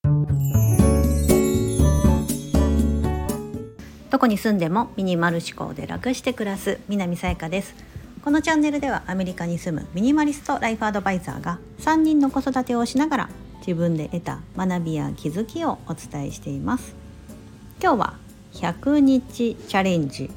どこに住んでもミニマル思考で楽して暮らす南さやかです。このチャンネルではアメリカに住むミニマリストライフアドバイザーが3人の子育てをしながら自分で得た学びや気づきをお伝えしています。今日は100日チャレンジ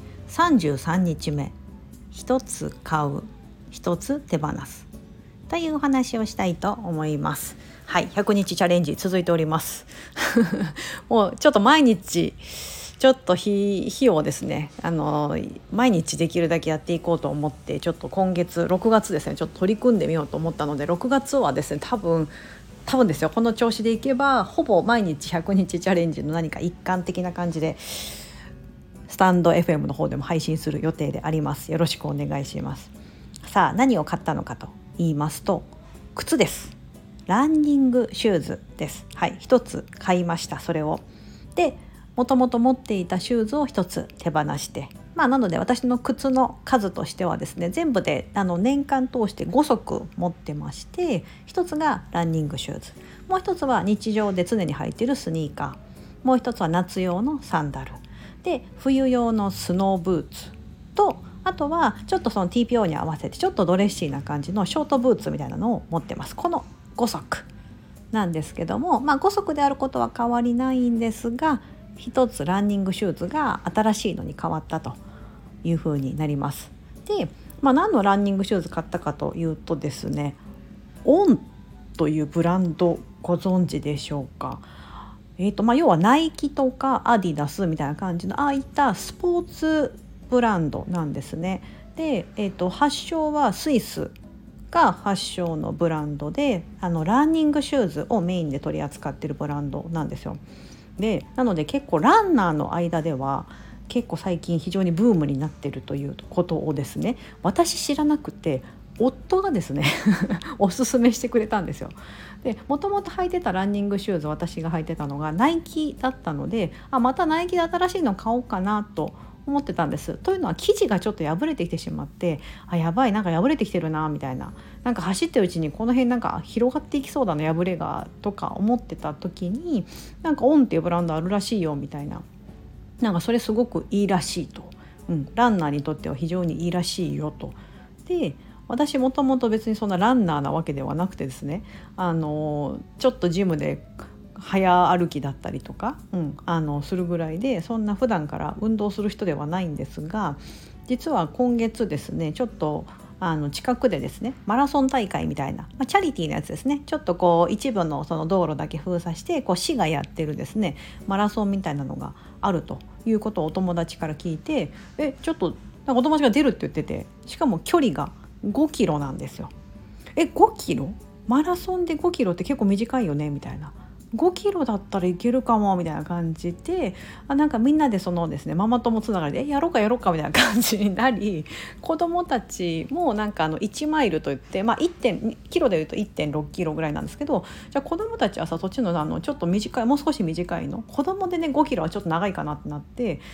33日目、一つ買う一つ手放すというお話をしたいと思います。はい、100日チャレンジ続いておりますもうちょっと毎日ちょっと日をですね毎日できるだけやっていこうと思って、ちょっと今月6月ですねちょっと取り組んでみようと思ったので、6月はですね多分ですよ、この調子でいけばほぼ毎日100日チャレンジの何か一環的な感じでスタンド FM の方でも配信する予定であります。よろしくお願いします。さあ、何を買ったのかと言いますと、靴です。ランニングシューズです。はい、一つ買いました。それをで、もともと持っていたシューズを一つ手放して、なので私の靴の数としてはですね、全部で年間通して5足持ってまして、一つがランニングシューズ、もう一つは日常で常に履いているスニーカー、もう一つは夏用のサンダルで、冬用のスノーブーツと、あとはちょっとその TPO に合わせてちょっとドレッシーな感じのショートブーツみたいなのを持ってます。この5足なんですけども、5足であることは変わりないんですが、一つランニングシューズが新しいのに変わったという風になります。で、何のランニングシューズ買ったかというとですね、オンというブランドご存知でしょうか。要はナイキとかアディダスみたいな感じのああいったスポーツブランドなんですね。で、発祥はスイスが発祥のブランドで、ランニングシューズをメインで取り扱っているブランドなんですよ。で、なので結構ランナーの間では結構最近非常にブームになっているということをですね、私知らなくて夫がですねおすすめしてくれたんですよ。で、もともと履いてたランニングシューズ、私が履いてたのがナイキだったので、またナイキで新しいの買おうかなと思ってたんです。というのは生地がちょっと破れてきてしまって、やばい、なんか破れてきてるなみたいな、なんか走ってるうちにこの辺なんか広がっていきそうだな、破れがとか思ってた時に、なんかオンっていうブランドあるらしいよみたいな、なんかそれすごくいいらしいと、ランナーにとっては非常にいいらしいよと。で、私もともと別にそんなランナーなわけではなくてですね、ちょっとジムで早歩きだったりとか、するぐらいで、そんな普段から運動する人ではないんですが、実は今月ですね、ちょっと近くでですね、マラソン大会みたいな、チャリティーなやつですね、ちょっと一部のその道路だけ封鎖して市がやってるですね、マラソンみたいなのがあるということをお友達から聞いて、ちょっとなんかお友達が出るって言ってて、しかも距離が5キロなんですよ。5キロ？マラソンで5キロって結構短いよねみたいな。5キロだったらいけるかもみたいな感じで、なんかみんなでそのですね、ママ友つながりでやろうかみたいな感じになり、子供たちもなんか1マイルといって、1.2キロでいうと 1.6 キロぐらいなんですけど、じゃあ子供たちはさ、そっちのちょっと短い、もう少し短いの、子供でね5キロはちょっと長いかなってなって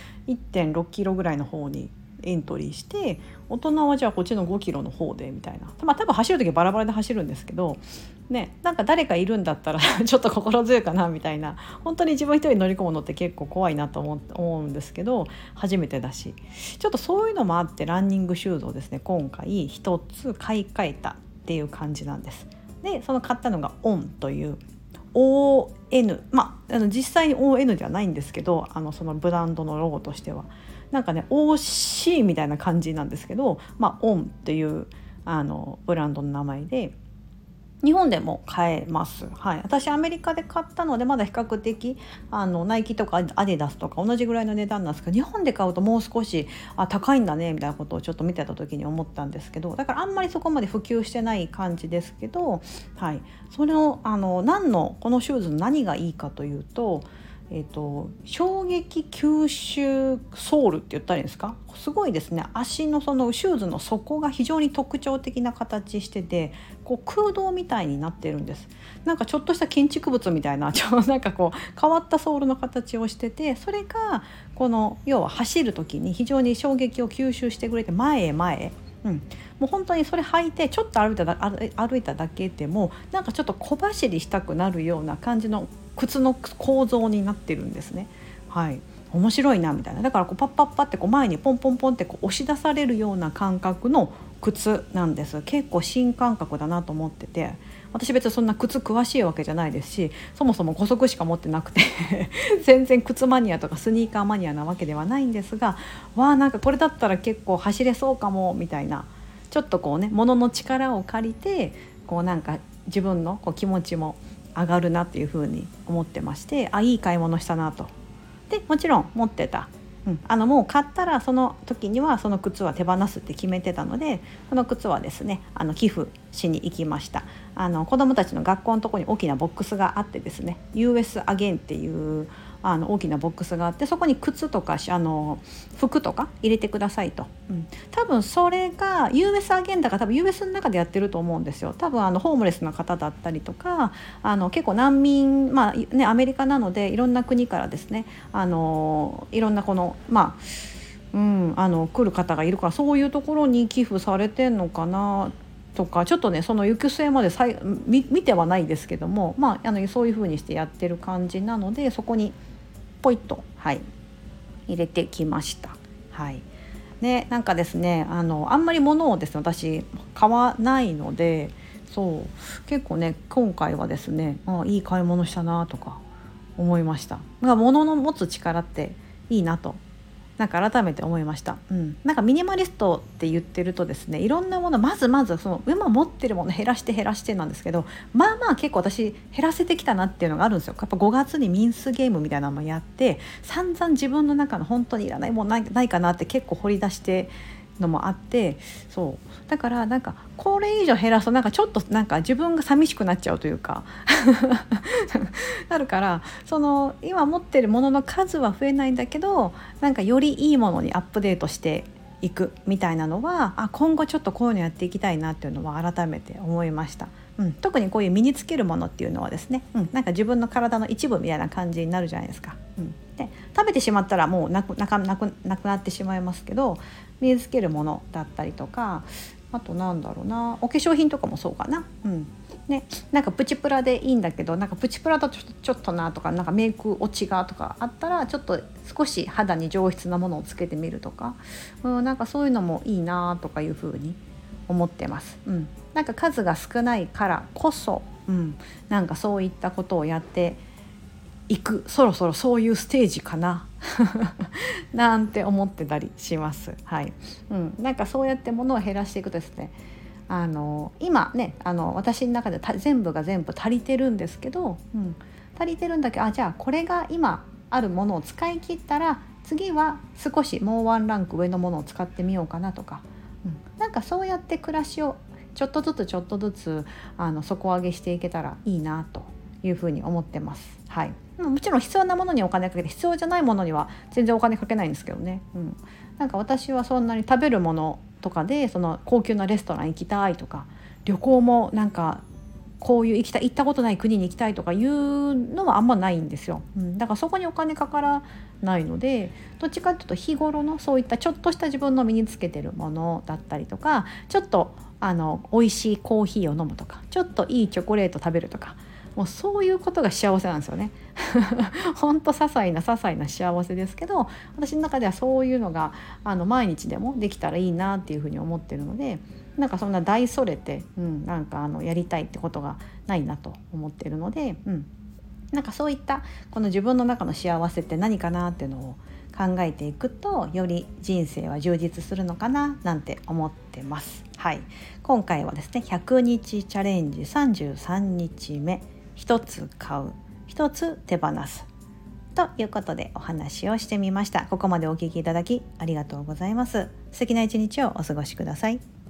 1.6 キロぐらいの方にエントリーして、大人はじゃあこっちの5キロの方でみたいな、多分走る時バラバラで走るんですけどね、なんか誰かいるんだったらちょっと心強いかなみたいな、本当に自分一人乗り込むのって結構怖いなと思うんですけど、初めてだし、ちょっとそういうのもあってランニングシューズをですね、今回一つ買い替えたっていう感じなんです。で、その買ったのがオンという ON、実際に ON ではないんですけど、そのブランドのロゴとしてはなんかね OC みたいな感じなんですけど、オンっていうブランドの名前で、日本でも買えます。はい、私アメリカで買ったのでまだ比較的ナイキとかアディダスとか同じぐらいの値段なんですけど、日本で買うともう少し高いんだねみたいなことをちょっと見てた時に思ったんですけど、だからあんまりそこまで普及してない感じですけど、はい、それをこのシューズの何がいいかというと、衝撃吸収ソールって言ったらいいんですか、すごいですね。足のそのシューズの底が非常に特徴的な形してて、空洞みたいになってるんです。なんかちょっとした建築物みたいななんか変わったソールの形をしてて、それが要は走る時に非常に衝撃を吸収してくれて、前へもう本当にそれ履いてちょっと歩いただけでもなんかちょっと小走りしたくなるような感じの靴の構造になってるんですね。面白いなみたいな。だからパッパッパって前にポンポンポンって押し出されるような感覚の靴なんです。結構新感覚だなと思ってて、私別にそんな靴詳しいわけじゃないですし、そもそも5足しか持ってなくて全然靴マニアとかスニーカーマニアなわけではないんですが、なんかこれだったら結構走れそうかもみたいな、ちょっと物の力を借りてなんか自分の気持ちも上がるなっていう風に思ってまして、いい買い物したなと。でもちろん持ってた、もう買ったらその時にはその靴は手放すって決めてたので、その靴はですね寄付しに行きました。子どもたちの学校のところに大きなボックスがあってですね、 US アゲンっていう大きなボックスがあって、そこに靴とか服とか入れてくださいと、多分それが US アゲンダが多分 US の中でやってると思うんですよ。多分ホームレスの方だったりとか結構難民、アメリカなのでいろんな国からですねいろんな来る方がいるから、そういうところに寄付されてんのかなとか、ちょっとねその行く末まで見てはないですけども、そういう風にしてやってる感じなので、そこにポイッと、入れてきました。なんかですねあんまり物をですね私買わないので、結構ね今回はですねいい買い物したなとか思いました。物の持つ力っていいなとなんか改めて思いました。なんかミニマリストって言ってるとですね、いろんなものまずその今持ってるもの減らしてなんですけど、結構私減らせてきたなっていうのがあるんですよ。やっぱ5月にミンスゲームみたいなのもやって、散々自分の中の本当にいらないものないかなって結構掘り出してのもあって、だからなんかこれ以上減らすとなんかちょっとなんか自分が寂しくなっちゃうというかなるから、その今持ってるものの数は増えないんだけど、なんかよりいいものにアップデートしていくみたいなのは今後ちょっとこういうのやっていきたいなっていうのは改めて思いました。特にこういう身につけるものっていうのはですね、なんか自分の体の一部みたいな感じになるじゃないですか。で食べてしまったらもうなくなってしまいますけど、身につけるものだったりとか、あとなんだろうな、お化粧品とかもそうかな。なんかプチプラでいいんだけど、なんかプチプラだとちょっとなとか、なんかメイク落ちがとかあったらちょっと少し肌に上質なものをつけてみるとか、なんかそういうのもいいなとかいうふうに思ってます。なんか数が少ないからこそ、なんかそういったことをやっていく、そろそろそういうステージかななんて思ってたりします。なんかそうやって物を減らしていくとですね、今ね私の中で全部が全部足りてるんですけど、足りてるんだけど、じゃあこれが今あるものを使い切ったら次は少しもうワンランク上のものを使ってみようかなとか、なんかそうやって暮らしをちょっとずつ底上げしていけたらいいなというふうに思ってます。もちろん必要なものにお金かけて、必要じゃないものには全然お金かけないんですけどね。なんか私はそんなに食べるものとかでその高級なレストラン行きたいとか、旅行もなんかこういう行ったことない国に行きたいとかいうのはあんまないんですよ。だからそこにお金かからないので、どっちかというと日頃のそういったちょっとした自分の身につけてるものだったりとか、ちょっと美味しいコーヒーを飲むとか、ちょっといいチョコレート食べるとか、もうそういうことが幸せなんですよね。ほんと些細な幸せですけど、私の中ではそういうのが毎日でもできたらいいなっていうふうに思ってるので、なんかそんな大それて、なんかやりたいってことがないなと思ってるので、なんかそういったこの自分の中の幸せって何かなっていうのを考えていくと、より人生は充実するのかななんて思ってます。今回はですね100日チャレンジ33日目、一つ買う一つ手放すということでお話をしてみました。ここまでお聞きいただきありがとうございます。素敵な一日をお過ごしください。